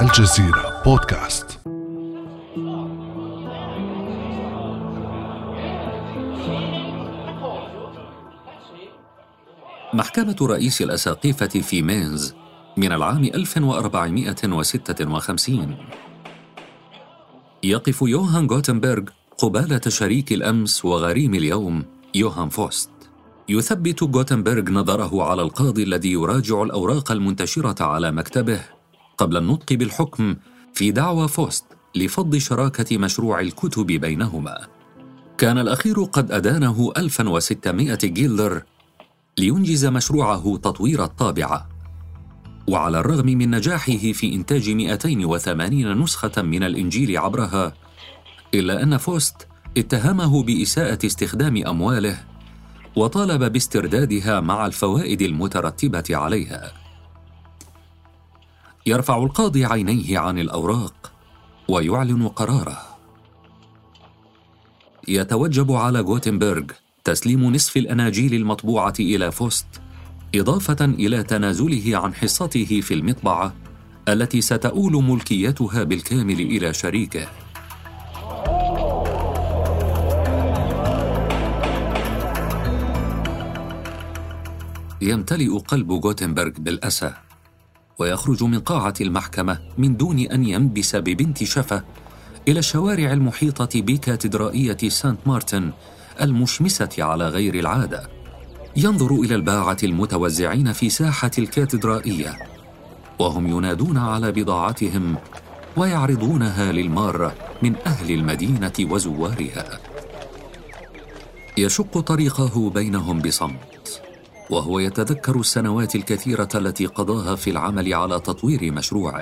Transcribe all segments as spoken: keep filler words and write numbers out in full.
الجزيرة بودكاست. محكمة رئيس الأساقفة في مينز من العام ألف وأربعمائة وستة وخمسين. يقف يوهان غوتنبرغ قبالة شريك الأمس وغريم اليوم يوهان فوست. يثبت غوتنبرغ نظره على القاضي الذي يراجع الأوراق المنتشرة على مكتبه قبل النطق بالحكم في دعوى فوست لفض شراكة مشروع الكتب بينهما. كان الأخير قد أدانه ألف وستمائة جيلدر لينجز مشروعه تطوير الطابعة، وعلى الرغم من نجاحه في إنتاج مئتين وثمانين نسخة من الإنجيل عبرها، إلا أن فوست اتهمه بإساءة استخدام أمواله وطالب باستردادها مع الفوائد المترتبة عليها. يرفع القاضي عينيه عن الأوراق ويعلن قراره. يتوجب على غوتنبرغ تسليم نصف الأناجيل المطبوعة إلى فوست، إضافة إلى تنازله عن حصته في المطبعة التي ستؤول ملكيتها بالكامل إلى شريكه. يمتلئ قلب غوتنبرغ بالأسى، ويخرج من قاعة المحكمة من دون أن ينبس ببنت شفة إلى الشوارع المحيطة بكاتدرائية سانت مارتن المشمسة على غير العادة. ينظر إلى الباعة المتوزعين في ساحة الكاتدرائية وهم ينادون على بضاعتهم ويعرضونها للمارة من أهل المدينة وزوارها. يشق طريقه بينهم بصمت، وهو يتذكر السنوات الكثيرة التي قضاها في العمل على تطوير مشروعه.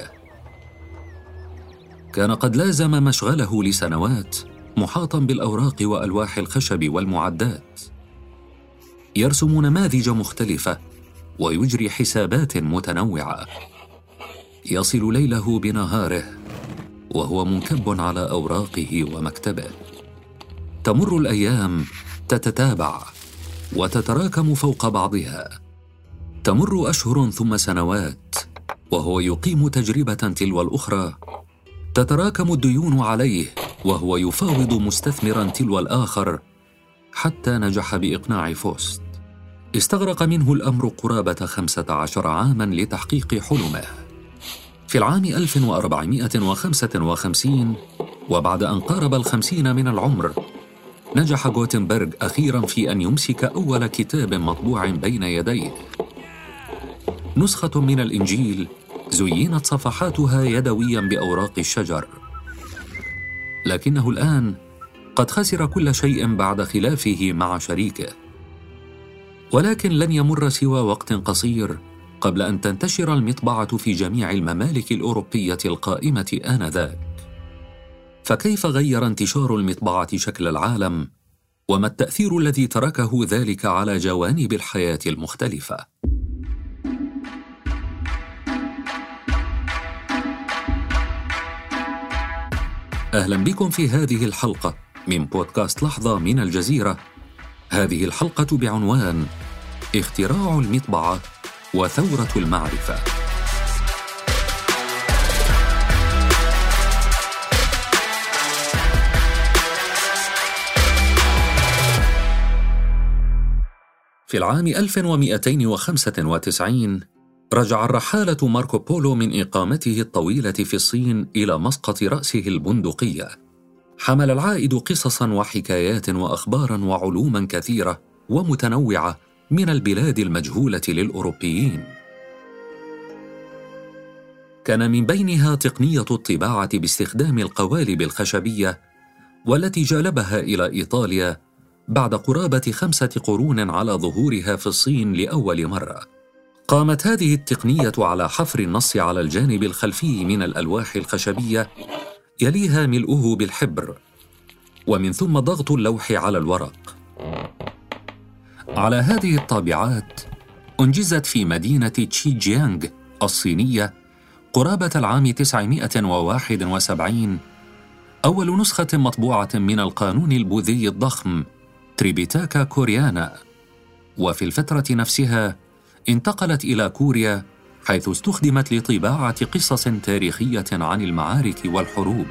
كان قد لازم مشغله لسنوات محاطاً بالأوراق وألواح الخشب والمعدات. يرسم نماذج مختلفة ويجري حسابات متنوعة. يصل ليله بنهاره وهو منكب على أوراقه ومكتبه. تمر الأيام تتتابع وتتراكم فوق بعضها. تمر أشهر ثم سنوات وهو يقيم تجربة تلو الأخرى. تتراكم الديون عليه وهو يفاوض مستثمراً تلو الآخر، حتى نجح بإقناع فوست. استغرق منه الأمر قرابة خمسة عشر عاماً لتحقيق حلمه. في العام ألف وأربعمائة وخمسة وخمسين، وبعد أن قارب الخمسين من العمر، نجح غوتنبرغ أخيراً في أن يمسك أول كتاب مطبوع بين يديه. نسخة من الإنجيل زينت صفحاتها يدوياً بأوراق الشجر. لكنه الآن قد خسر كل شيء بعد خلافه مع شريكه. ولكن لن يمر سوى وقت قصير قبل أن تنتشر المطبعة في جميع الممالك الأوروبية القائمة آنذاك. فكيف غير انتشار المطبعة شكل العالم؟ وما التأثير الذي تركه ذلك على جوانب الحياة المختلفة؟ أهلا بكم في هذه الحلقة من بودكاست لحظة من الجزيرة. هذه الحلقة بعنوان اختراع المطبعة وثورة المعرفة. في العام ألف ومئتين وخمسة وتسعين رجع الرحالة ماركو بولو من إقامته الطويلة في الصين إلى مسقط رأسه البندقية. حمل العائد قصصاً وحكايات وأخباراً وعلوماً كثيرة ومتنوعة من البلاد المجهولة للأوروبيين. كان من بينها تقنية الطباعة باستخدام القوالب الخشبية، والتي جلبها إلى إيطاليا بعد قرابة خمسة قرون على ظهورها في الصين لأول مرة. قامت هذه التقنية على حفر النص على الجانب الخلفي من الألواح الخشبية، يليها ملؤه بالحبر، ومن ثم ضغط اللوح على الورق. على هذه الطابعات أنجزت في مدينة تشيجيانغ الصينية قرابة العام تسعمائة وواحد وسبعين أول نسخة مطبوعة من القانون البوذي الضخم تريبيتاكا كوريانا. وفي الفترة نفسها انتقلت إلى كوريا حيث استخدمت لطباعة قصص تاريخية عن المعارك والحروب.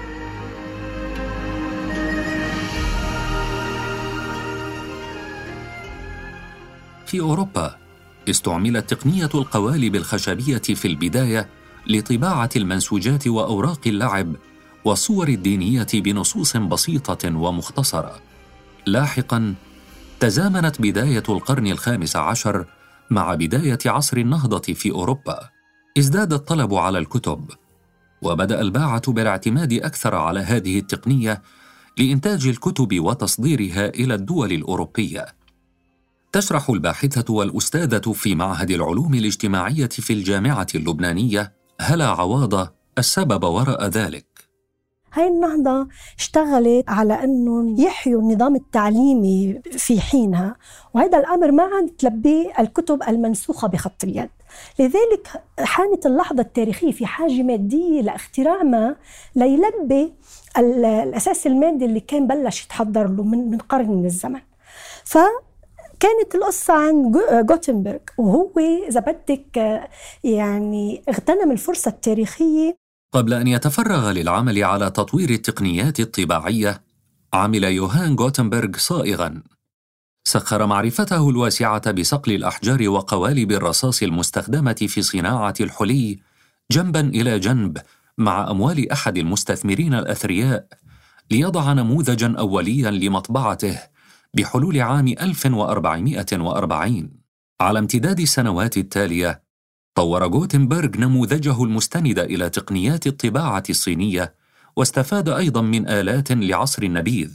في أوروبا استعملت تقنية القوالب الخشبية في البداية لطباعة المنسوجات وأوراق اللعب والصور الدينية بنصوص بسيطة ومختصرة. لاحقاً تزامنت بداية القرن الخامس عشر مع بداية عصر النهضة في أوروبا. ازداد الطلب على الكتب، وبدأ الباعة بالاعتماد أكثر على هذه التقنية لإنتاج الكتب وتصديرها إلى الدول الأوروبية. تشرح الباحثة والأستاذة في معهد العلوم الاجتماعية في الجامعة اللبنانية هلا عواضة السبب وراء ذلك. هاي النهضة اشتغلت على أنه يحيوا النظام التعليمي في حينها، وهذا الأمر ما عاد تلبيه الكتب المنسوخة بخط اليد. لذلك حانت اللحظة التاريخية في حاجة مادية لاختراع ما ليلبي الأساس المادي اللي كان بلش يتحضر له من من قرن من الزمن. فكانت القصة عن غوتنبرغ، وهو إذا بدك يعني اغتنم الفرصة التاريخية. قبل أن يتفرغ للعمل على تطوير التقنيات الطباعية، عمل يوهان غوتنبرغ صائغاً. سخر معرفته الواسعة بصقل الأحجار وقوالب الرصاص المستخدمة في صناعة الحلي جنباً إلى جنب مع أموال أحد المستثمرين الأثرياء، ليضع نموذجاً أولياً لمطبعته بحلول عام ألف وأربعمائة وأربعين. على امتداد السنوات التالية طور غوتنبرغ نموذجه المستند إلى تقنيات الطباعة الصينية، واستفاد أيضاً من آلات لعصر النبيذ.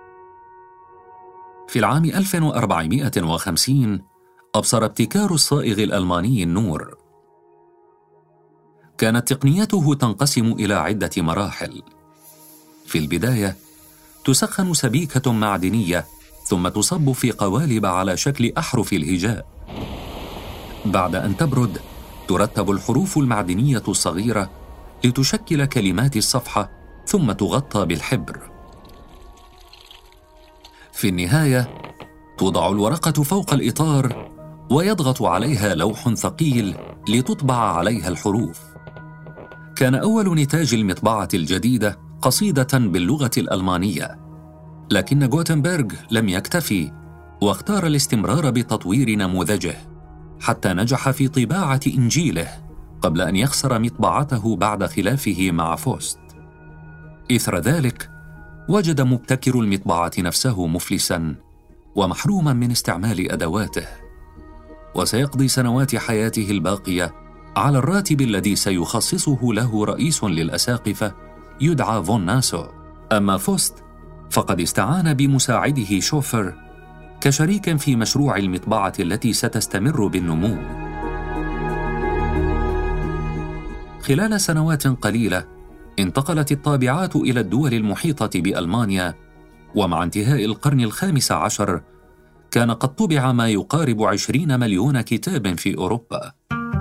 في العام ألف وأربعمائة وخمسين أبصر ابتكار الصائغ الألماني النور. كانت تقنيته تنقسم إلى عدة مراحل. في البداية تسخن سبيكة معدنية ثم تصب في قوالب على شكل أحرف الهجاء. بعد أن تبرد ترتب الحروف المعدنية الصغيرة لتشكل كلمات الصفحة ثم تغطى بالحبر. في النهاية توضع الورقة فوق الإطار ويضغط عليها لوح ثقيل لتطبع عليها الحروف. كان أول نتاج المطبعة الجديدة قصيدة باللغة الألمانية، لكن غوتنبرغ لم يكتفي واختار الاستمرار بتطوير نموذجه حتى نجح في طباعة إنجيله قبل أن يخسر مطبعته بعد خلافه مع فوست. إثر ذلك وجد مبتكر المطبعة نفسه مفلساً ومحروماً من استعمال أدواته، وسيقضي سنوات حياته الباقية على الراتب الذي سيخصصه له رئيس للأساقفة يدعى فون ناسو. أما فوست فقد استعان بمساعده شوفر كشريك في مشروع المطبعة التي ستستمر بالنمو. خلال سنوات قليلة انتقلت الطابعات إلى الدول المحيطة بألمانيا، ومع انتهاء القرن الخامس عشر كان قد طبع ما يقارب عشرين مليون كتاب في أوروبا.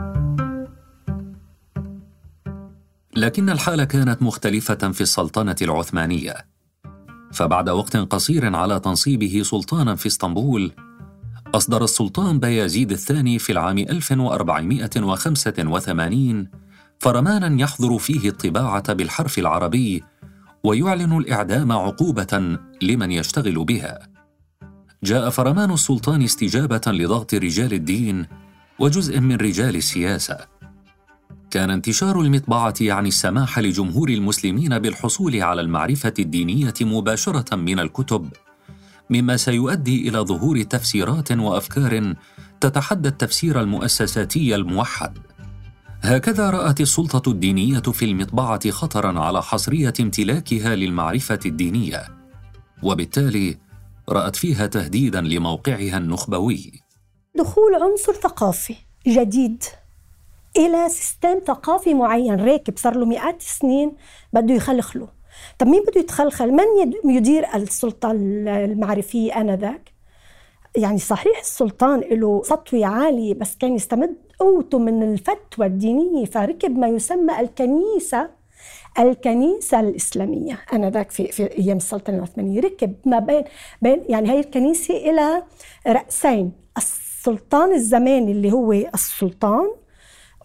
لكن الحالة كانت مختلفة في السلطنة العثمانية، فبعد وقت قصير على تنصيبه سلطاناً في اسطنبول، أصدر السلطان بايزيد الثاني في العام ألف وأربعمائة وخمسة وثمانين فرماناً يحظر فيه الطباعة بالحرف العربي ويعلن الإعدام عقوبة لمن يشتغل بها. جاء فرمان السلطان استجابة لضغط رجال الدين وجزء من رجال السياسة. كان انتشار المطبعة يعني السماح لجمهور المسلمين بالحصول على المعرفة الدينية مباشرة من الكتب، مما سيؤدي إلى ظهور تفسيرات وأفكار تتحدى التفسير المؤسساتي الموحد. هكذا رأت السلطة الدينية في المطبعة خطراً على حصرية امتلاكها للمعرفة الدينية، وبالتالي رأت فيها تهديداً لموقعها النخبوي. دخول عنصر ثقافي جديد إلى سيستم ثقافي معين راكب صار له مئات السنين بده يخلخله. طب مين بده يتخلخل؟ من يدير السلطة المعرفية آنذاك؟ يعني صحيح السلطان له سطوة عالية، بس كان يستمد قوته من الفتوى الدينية، فركب ما يسمى الكنيسة الكنيسة الإسلامية آنذاك في في أيام السلطنة العثمانية. ركب ما بين بين يعني هاي الكنيسة إلى رأسين: السلطان الزماني اللي هو السلطان،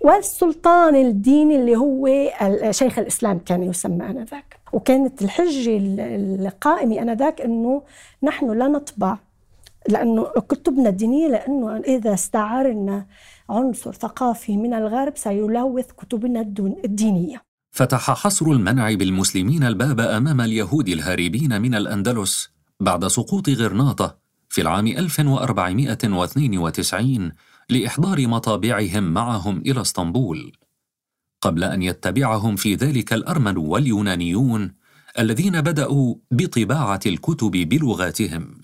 والسلطان الديني اللي هو شيخ الإسلام كان يسمى آنذاك. وكانت الحجة القائمة آنذاك أنه نحن لا نطبع لأنه كتبنا الدينية، لأنه إذا استعرنا عنصر ثقافي من الغرب سيلوث كتبنا الدينية. فتح حصر المنع بالمسلمين الباب أمام اليهود الهاربين من الأندلس بعد سقوط غرناطة في العام ألف وأربعمائة واثنين وتسعين لإحضار مطابعهم معهم إلى اسطنبول، قبل أن يتبعهم في ذلك الأرمن واليونانيون الذين بدأوا بطباعة الكتب بلغاتهم.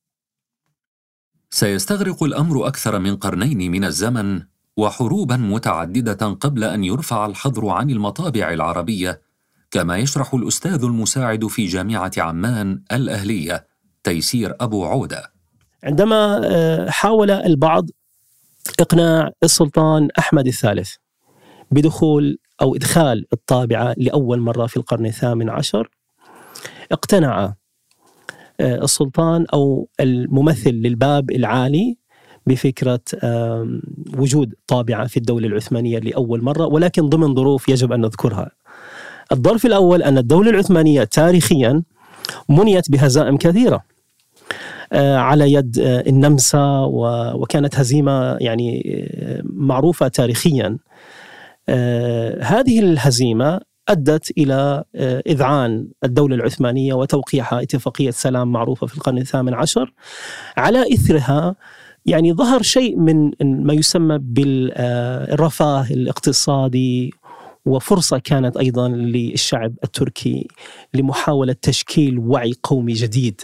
سيستغرق الأمر أكثر من قرنين من الزمن وحروبا متعددة قبل أن يرفع الحظر عن المطابع العربية، كما يشرح الأستاذ المساعد في جامعة عمان الأهلية تيسير أبو عودة. عندما حاول البعض إقناع السلطان أحمد الثالث بدخول أو إدخال الطابعة لأول مرة في القرن الثامن عشر، اقتنع السلطان أو الممثل للباب العالي بفكرة وجود طابعة في الدولة العثمانية لأول مرة، ولكن ضمن ظروف يجب أن نذكرها. الظرف الأول أن الدولة العثمانية تاريخيا منيت بهزائم كثيرة على يد النمسا، وكانت هزيمة يعني معروفة تاريخيا. هذه الهزيمة أدت إلى إذعان الدولة العثمانية وتوقيعها اتفاقية سلام معروفة في القرن الثامن عشر. على إثرها يعني ظهر شيء من ما يسمى بالرفاه الاقتصادي، وفرصة كانت أيضا للشعب التركي لمحاولة تشكيل وعي قومي جديد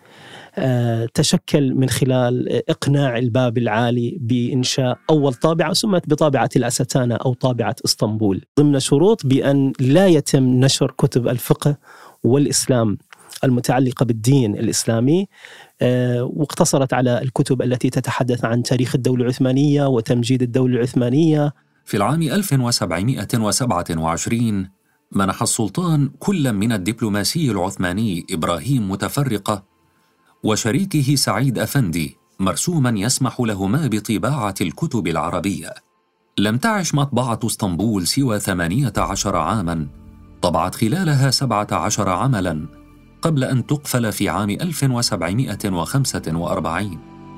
تشكل من خلال إقناع الباب العالي بإنشاء أول طابعة سمت بطابعة الأستانة أو طابعة اسطنبول، ضمن شروط بأن لا يتم نشر كتب الفقه والإسلام المتعلقة بالدين الإسلامي، واقتصرت على الكتب التي تتحدث عن تاريخ الدولة العثمانية وتمجيد الدولة العثمانية. في العام ألف وسبعمائة وسبعة وعشرين منح السلطان كل من الدبلوماسي العثماني إبراهيم متفرقة وشريكه سعيد أفندي مرسوما يسمح لهما بطباعة الكتب العربية. لم تعش مطبعة اسطنبول سوى ثمانية عشر عاما، طبعت خلالها سبعة عشر عملا قبل أن تقفل في عام ألف وسبعمائة وخمسة وأربعين.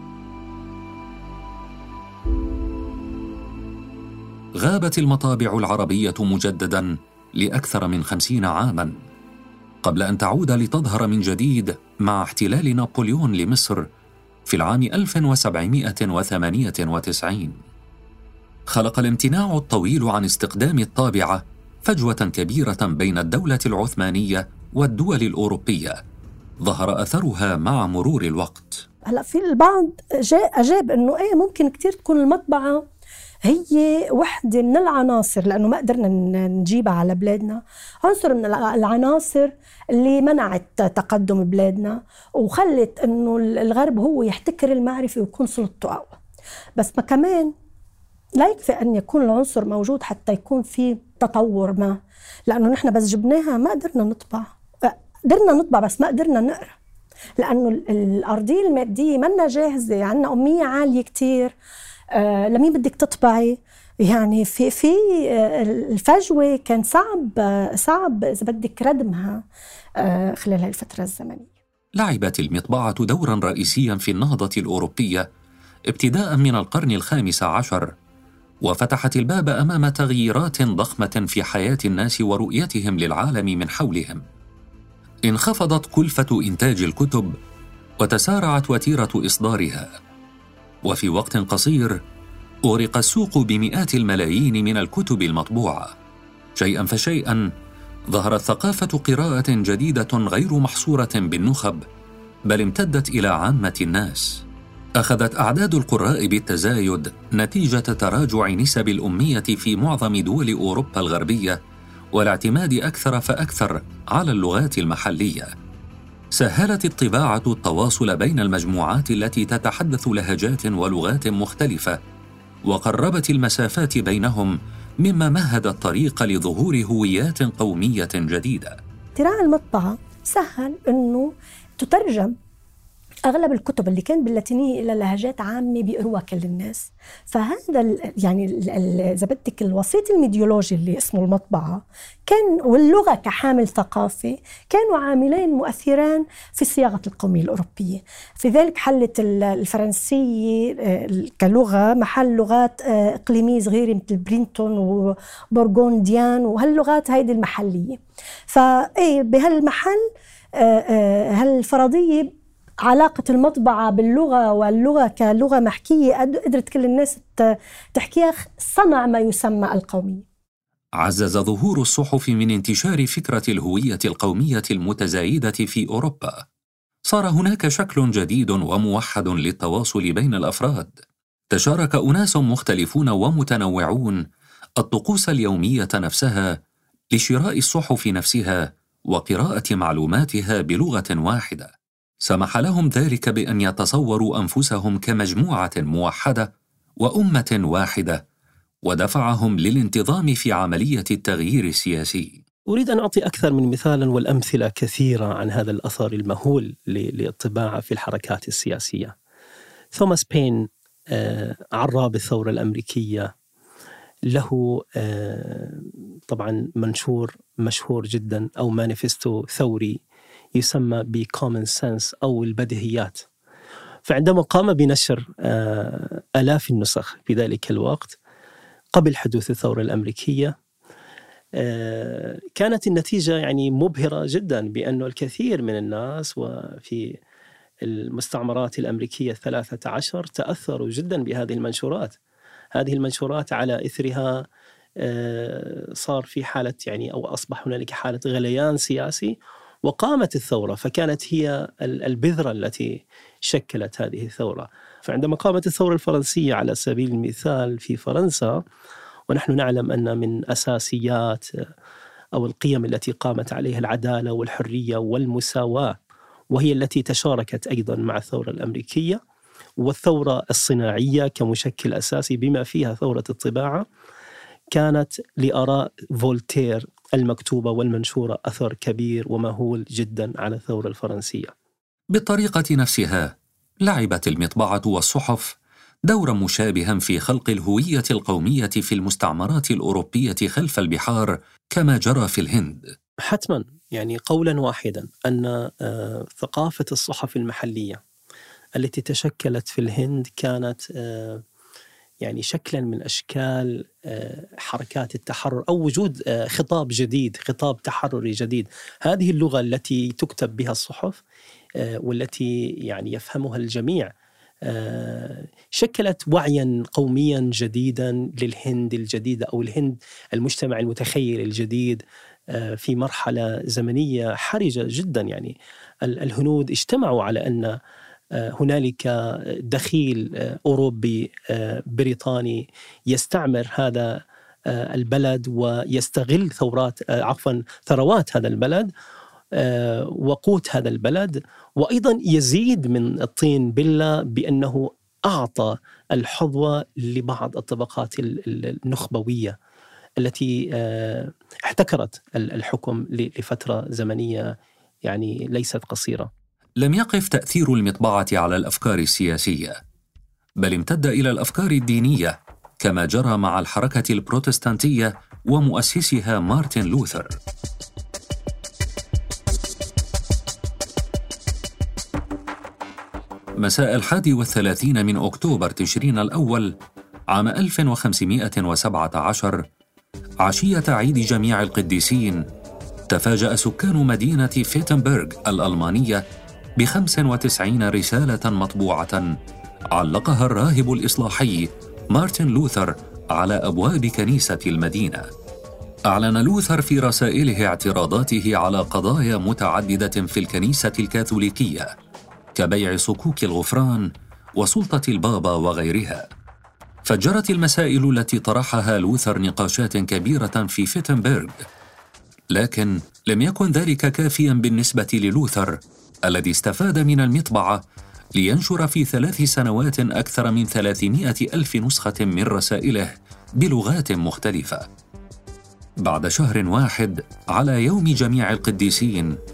غابت المطابع العربية مجددا لأكثر من خمسين عاما قبل أن تعود لتظهر من جديد مع احتلال نابليون لمصر في العام ألف وسبعمائة وثمانية وتسعين. خلق الامتناع الطويل عن استخدام الطابعة فجوة كبيرة بين الدولة العثمانية والدول الأوروبية ظهر أثرها مع مرور الوقت. هلا في البعض جاء أجاب أنه إيه ممكن كتير تكون المطبعة هي وحدة من العناصر، لأنه ما قدرنا نجيبها على بلادنا، عنصر من العناصر اللي منعت تقدم بلادنا وخلت أنه الغرب هو يحتكر المعرفة ويكون سلطته أقوى. بس ما كمان لا يكفي أن يكون العنصر موجود حتى يكون في تطور ما، لأنه نحن بس جبناها ما قدرنا نطبع، قدرنا نطبع بس ما قدرنا نقرأ، لأنه الأرضية المادية منا جاهزة، عنا أمية عالية كتير. آه لمين بدك تطبعي؟ يعني في في الفجوة كان صعب صعب إذا بدك ردمها آه خلال هاي الفترة الزمنية. لعبت المطبعة دورا رئيسيا في النهضة الأوروبية ابتداء من القرن الخامس عشر، وفتحت الباب أمام تغييرات ضخمة في حياة الناس ورؤيتهم للعالم من حولهم. انخفضت كلفة إنتاج الكتب وتسارعت وتيرة إصدارها، وفي وقت قصير أغرق السوق بمئات الملايين من الكتب المطبوعة. شيئا فشيئا ظهرت ثقافة قراءة جديدة غير محصورة بالنخب، بل امتدت إلى عامة الناس. أخذت أعداد القراء بالتزايد نتيجة تراجع نسب الأمية في معظم دول أوروبا الغربية والاعتماد أكثر فأكثر على اللغات المحلية. سهلت الطباعة التواصل بين المجموعات التي تتحدث لهجات ولغات مختلفة، وقربت المسافات بينهم، مما مهد الطريق لظهور هويات قومية جديدة. اختراع المطبعة سهل أنه تترجم أغلب الكتب اللي كان باللاتينية إلى لهجات عامة بيقروها كل الناس. فهذا يعني إذا بدك الوسيط الميديولوجي اللي اسمه المطبعة كان واللغة كحامل ثقافي كانوا عاملين مؤثران في صياغة القومية الأوروبية. في ذلك حلت الفرنسية كلغة محل لغات إقليمية صغيرة مثل برينتون وبورغونديان وهاللغات هيدي المحلية. فإيه بهالمحل هالفرضية علاقة المطبعة باللغة واللغة كلغة محكية قدرت كل الناس تحكيها صنع ما يسمى القومية. عزز ظهور الصحف من انتشار فكرة الهوية القومية المتزايدة في أوروبا. صار هناك شكل جديد وموحد للتواصل بين الأفراد. تشارك أناس مختلفون ومتنوعون الطقوس اليومية نفسها لشراء الصحف نفسها وقراءة معلوماتها بلغة واحدة. سمح لهم ذلك بأن يتصوروا أنفسهم كمجموعة موحدة وأمة واحدة، ودفعهم للانتظام في عملية التغيير السياسي. أريد أن أعطي أكثر من مثال والأمثلة كثيرة عن هذا الأثر المهول للطباعة في الحركات السياسية. توماس بين عراب الثورة الأمريكية له طبعا منشور مشهور جدا أو مانيفستو ثوري يسمى بكومن سنس أو البديهيات. فعندما قام بنشر آلاف النسخ في ذلك الوقت قبل حدوث الثورة الأمريكية، كانت النتيجة يعني مبهرة جدا، بأن الكثير من الناس وفي المستعمرات الأمريكية الثلاثة عشر تأثروا جدا بهذه المنشورات. هذه المنشورات على إثرها صار في حالة يعني أو أصبح هنالك حالة غليان سياسي وقامت الثورة، فكانت هي البذرة التي شكلت هذه الثورة. فعندما قامت الثورة الفرنسية على سبيل المثال في فرنسا، ونحن نعلم أن من أساسيات أو القيم التي قامت عليها العدالة والحرية والمساواة، وهي التي تشاركت أيضا مع الثورة الأمريكية، والثورة الصناعية كمشكل أساسي بما فيها ثورة الطباعة، كانت لآراء فولتير المكتوبة والمنشورة أثر كبير ومهول جدا على الثورة الفرنسية. بالطريقة نفسها لعبت المطبعة والصحف دورا مشابها في خلق الهوية القومية في المستعمرات الأوروبية خلف البحار كما جرى في الهند. حتما يعني قولا واحدا أن ثقافة الصحف المحلية التي تشكلت في الهند كانت يعني شكلا من أشكال حركات التحرر أو وجود خطاب جديد، خطاب تحرري جديد. هذه اللغة التي تكتب بها الصحف والتي يعني يفهمها الجميع شكلت وعيا قوميا جديدا للهند الجديدة أو الهند المجتمع المتخيل الجديد في مرحلة زمنية حرجة جدا. يعني الهنود اجتمعوا على أن هنالك دخيل أوروبي بريطاني يستعمر هذا البلد ويستغل ثورات عفوا ثروات هذا البلد وقوت هذا البلد، وأيضا يزيد من الطين بلة بأنه أعطى الحظوة لبعض الطبقات النخبوية التي احتكرت الحكم لفترة زمنية يعني ليست قصيرة. لم يقف تأثير المطبعة على الأفكار السياسية، بل امتد إلى الأفكار الدينية كما جرى مع الحركة البروتستانتية ومؤسسها مارتن لوثر. مساء الحادي والثلاثين من أكتوبر تشرين الأول عام ألف وخمسمائة وسبعة عشر، عشية عيد جميع القديسين، تفاجأ سكان مدينة فيتنبرغ الألمانية بخمس وتسعين رسالة مطبوعة علقها الراهب الإصلاحي مارتن لوثر على أبواب كنيسة المدينة. أعلن لوثر في رسائله اعتراضاته على قضايا متعددة في الكنيسة الكاثوليكية كبيع صكوك الغفران وسلطة البابا وغيرها. فجرت المسائل التي طرحها لوثر نقاشات كبيرة في فيتنبرغ، لكن لم يكن ذلك كافياً بالنسبة للوثر الذي استفاد من المطبعة لينشر في ثلاث سنوات أكثر من ثلاثمائة ألف نسخة من رسائله بلغات مختلفة. بعد شهر واحد على يوم جميع القديسين،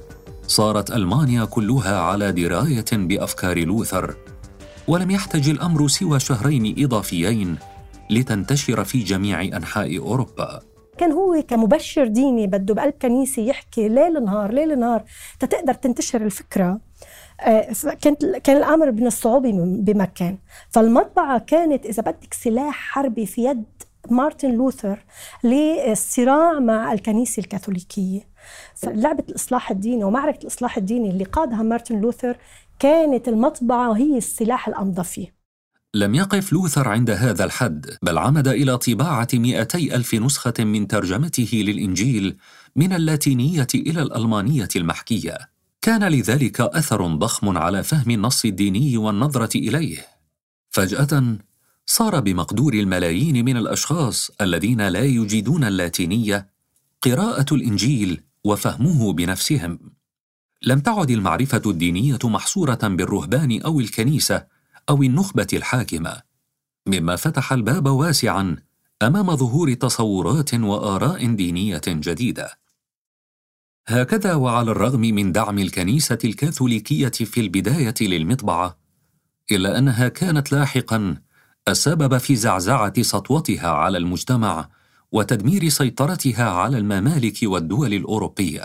صارت ألمانيا كلها على دراية بأفكار لوثر، ولم يحتج الأمر سوى شهرين إضافيين لتنتشر في جميع أنحاء أوروبا. كان هو كمبشر ديني بده بقلب كنيسة يحكي ليل نهار ليل نهار تتقدر تنتشر الفكرة. كانت كان الأمر من الصعوبة بمكان، فالمطبعة كانت إذا بدك سلاح حربي في يد مارتن لوثر للصراع مع الكنيسة الكاثوليكية. فلعبة الإصلاح الديني ومعركة الإصلاح الديني اللي قادها مارتن لوثر كانت المطبعة هي السلاح الأمضى فيه. لم يقف لوثر عند هذا الحد، بل عمد إلى طباعة مئتي ألف نسخة من ترجمته للإنجيل من اللاتينية إلى الألمانية المحكية. كان لذلك أثر ضخم على فهم النص الديني والنظرة إليه. فجأة صار بمقدور الملايين من الأشخاص الذين لا يجيدون اللاتينية قراءة الإنجيل وفهمه بنفسهم. لم تعد المعرفة الدينية محصورة بالرهبان أو الكنيسة أو النخبة الحاكمة، مما فتح الباب واسعاً أمام ظهور تصورات وآراء دينية جديدة. هكذا، وعلى الرغم من دعم الكنيسة الكاثوليكية في البداية للمطبعة، إلا أنها كانت لاحقاً السبب في زعزعة سطوتها على المجتمع وتدمير سيطرتها على الممالك والدول الأوروبية.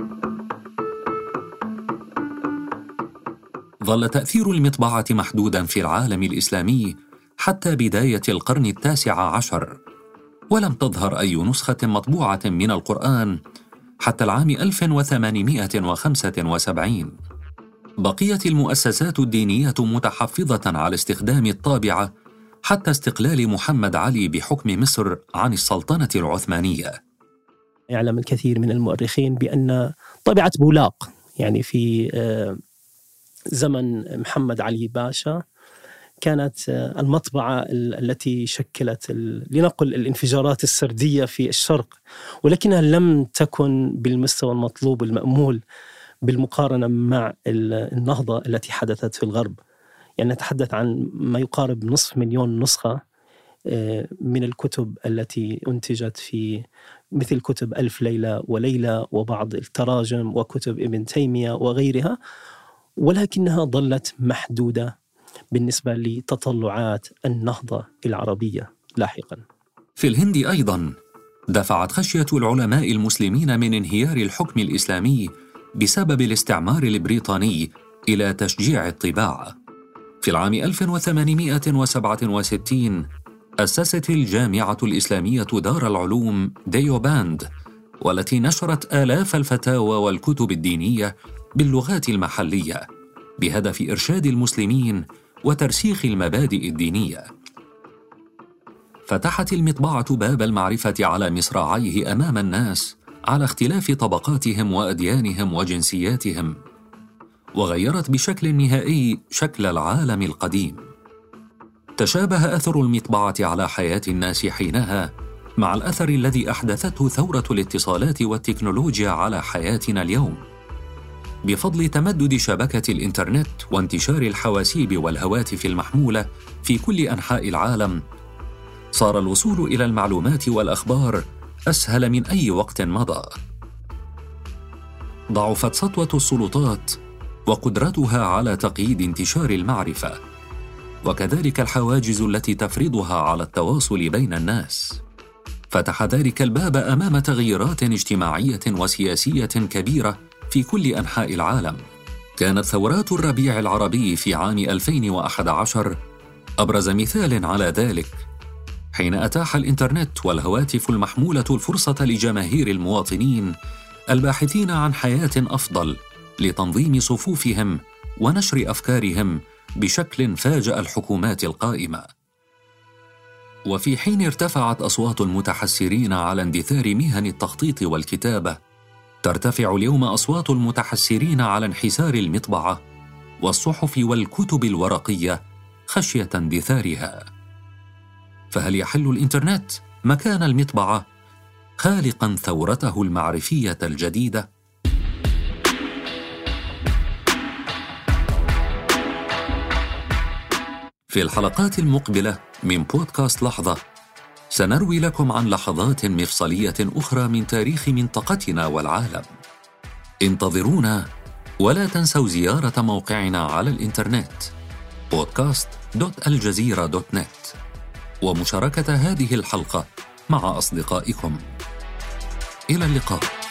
ظل تأثير المطبعة محدوداً في العالم الإسلامي حتى بداية القرن التاسع عشر، ولم تظهر أي نسخة مطبوعة من القرآن حتى العام ألف وثمانمائة وخمسة وسبعين. بقيت المؤسسات الدينية متحفظة على استخدام الطابعة حتى استقلال محمد علي بحكم مصر عن السلطنة العثمانية. يعلم الكثير من المؤرخين بأن طبيعة بولاق يعني في زمن محمد علي باشا كانت المطبعة التي شكلت لنقل الانفجارات السردية في الشرق، ولكنها لم تكن بالمستوى المطلوب المأمول بالمقارنة مع النهضة التي حدثت في الغرب. يعني نتحدث عن ما يقارب نصف مليون نسخة من الكتب التي أنتجت في مثل كتب ألف ليلة وليلة وبعض التراجم وكتب ابن تيمية وغيرها، ولكنها ظلت محدودة بالنسبة لتطلعات النهضة العربية لاحقا. في الهند أيضا دفعت خشية العلماء المسلمين من انهيار الحكم الإسلامي بسبب الاستعمار البريطاني إلى تشجيع الطباعة. في العام ألف وثمانمائة وسبعة وستين أسست الجامعة الإسلامية دار العلوم ديوباند، والتي نشرت آلاف الفتاوى والكتب الدينية باللغات المحلية بهدف إرشاد المسلمين وترسيخ المبادئ الدينية. فتحت المطبعة باب المعرفة على مصراعيه أمام الناس على اختلاف طبقاتهم وأديانهم وجنسياتهم، وغيرت بشكل نهائي شكل العالم القديم. تشابه أثر المطبعة على حياة الناس حينها مع الأثر الذي أحدثته ثورة الاتصالات والتكنولوجيا على حياتنا اليوم. بفضل تمدد شبكة الإنترنت وانتشار الحواسيب والهواتف المحمولة في كل أنحاء العالم، صار الوصول إلى المعلومات والأخبار أسهل من أي وقت مضى. ضعفت سطوة السلطات وقدرتها على تقييد انتشار المعرفة، وكذلك الحواجز التي تفرضها على التواصل بين الناس. فتح ذلك الباب أمام تغييرات اجتماعية وسياسية كبيرة في كل أنحاء العالم. كانت ثورات الربيع العربي في عام ألفين وأحد عشر أبرز مثال على ذلك، حين أتاح الإنترنت والهواتف المحمولة الفرصة لجماهير المواطنين الباحثين عن حياة أفضل لتنظيم صفوفهم ونشر أفكارهم بشكل فاجأ الحكومات القائمة. وفي حين ارتفعت أصوات المتحسرين على اندثار مهن التخطيط والكتابة، ترتفع اليوم أصوات المتحسرين على انحسار المطبعة والصحف والكتب الورقية خشية اندثارها. فهل يحل الإنترنت مكان المطبعة خالقاً ثورته المعرفية الجديدة؟ في الحلقات المقبلة من بودكاست لحظة سنروي لكم عن لحظات مفصلية أخرى من تاريخ منطقتنا والعالم. انتظرونا ولا تنسوا زيارة موقعنا على الإنترنت بودكاست دوت الجزيرة دوت نت ومشاركة هذه الحلقة مع أصدقائكم. إلى اللقاء.